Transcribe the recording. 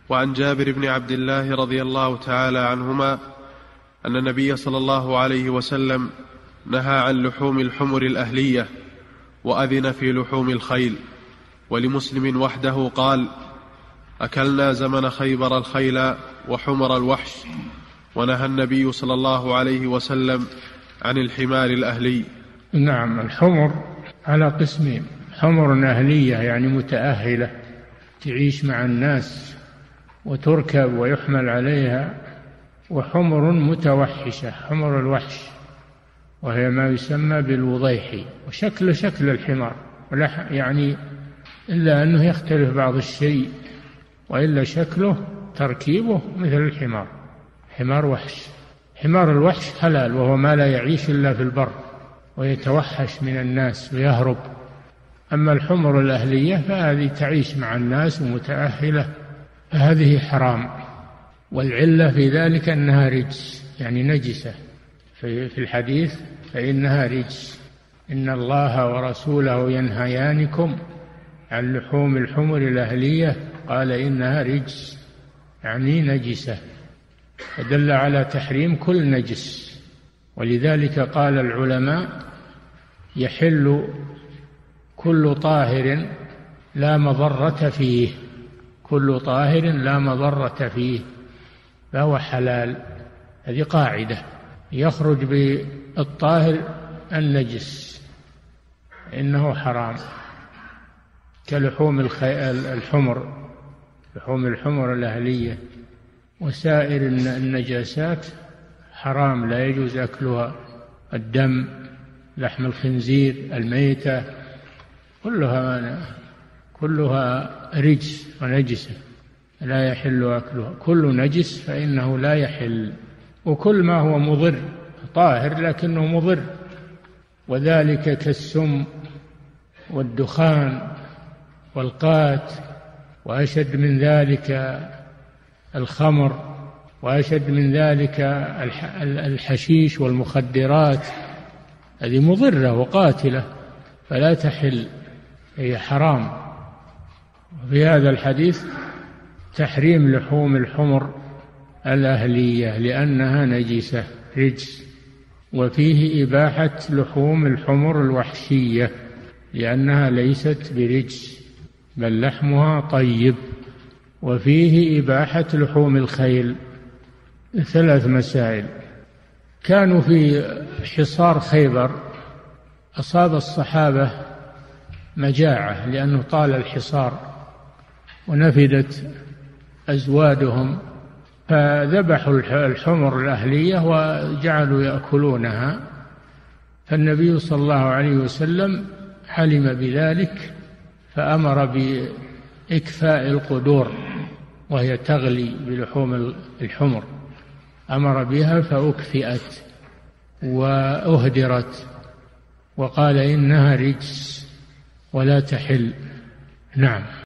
وعن جابر بن عبد الله رضي الله تعالى عنهما أن النبي صلى الله عليه وسلم نهى عن لحوم الحمر الأهلية وأذن في لحوم الخيل. ولمسلم وحده قال: أكلنا زمن خيبر الخيل وحمر الوحش، ونهى النبي صلى الله عليه وسلم عن الحمار الأهلي. نعم، الحمر على قسمين: حمر أهلية يعني متأهلة تعيش مع الناس وتركب ويحمل عليها، وحمر متوحشة، حمر الوحش، وهي ما يسمى بالوضيحي، وشكل الحمار، يعني إلا أنه يختلف بعض الشيء، وإلا شكله تركيبه مثل الحمار، حمار وحش. حمار الوحش حلال، وهو ما لا يعيش إلا في البر ويتوحش من الناس ويهرب. أما الحمر الأهلية فهذه تعيش مع الناس ومتأهلة، فهذه حرام. والعلة في ذلك أنها رجس، يعني نجسة. في الحديث: فإنها رجس، إن الله ورسوله ينهيانكم عن لحوم الحمر الأهلية، قال إنها رجس، يعني نجسة، فدل على تحريم كل نجس. ولذلك قال العلماء: يحل كل طاهر لا مضرة فيه، كل طاهر لا مضرة فيه فهو حلال. هذه قاعدة: يخرج بالطاهر النجس إنه حرام، كلحوم الحمر، لحوم الحمر الأهلية. وسائر النجاسات حرام، لا يجوز أكلها: الدم، لحم الخنزير، الميتة، كلها رجس ونجسة، لا يحل أكلها. كل نجس فإنه لا يحل، وكل ما هو مضر طاهر لكنه مضر، وذلك كالسم والدخان والقات، وأشد من ذلك الخمر، وأشد من ذلك الحشيش والمخدرات، هذه مضرة وقاتلة فلا تحل، هي حرام. في هذا الحديث تحريم لحوم الحمر الأهلية لأنها نجسة رجس، وفيه إباحة لحوم الحمر الوحشية لأنها ليست برجس بل لحمها طيب، وفيه إباحة لحوم الخيل. 3 مسائل. كانوا في حصار خيبر، أصاب الصحابة مجاعة لأنه طال الحصار ونفدت أزوادهم، فذبحوا الحمر الأهلية وجعلوا يأكلونها، فالنبي صلى الله عليه وسلم علم بذلك فأمر بإكفاء القدور، وهي تغلي بلحوم الحمر، أمر بها فأكفئت وأهدرت، وقال إنها رجس ولا تحل. نعم.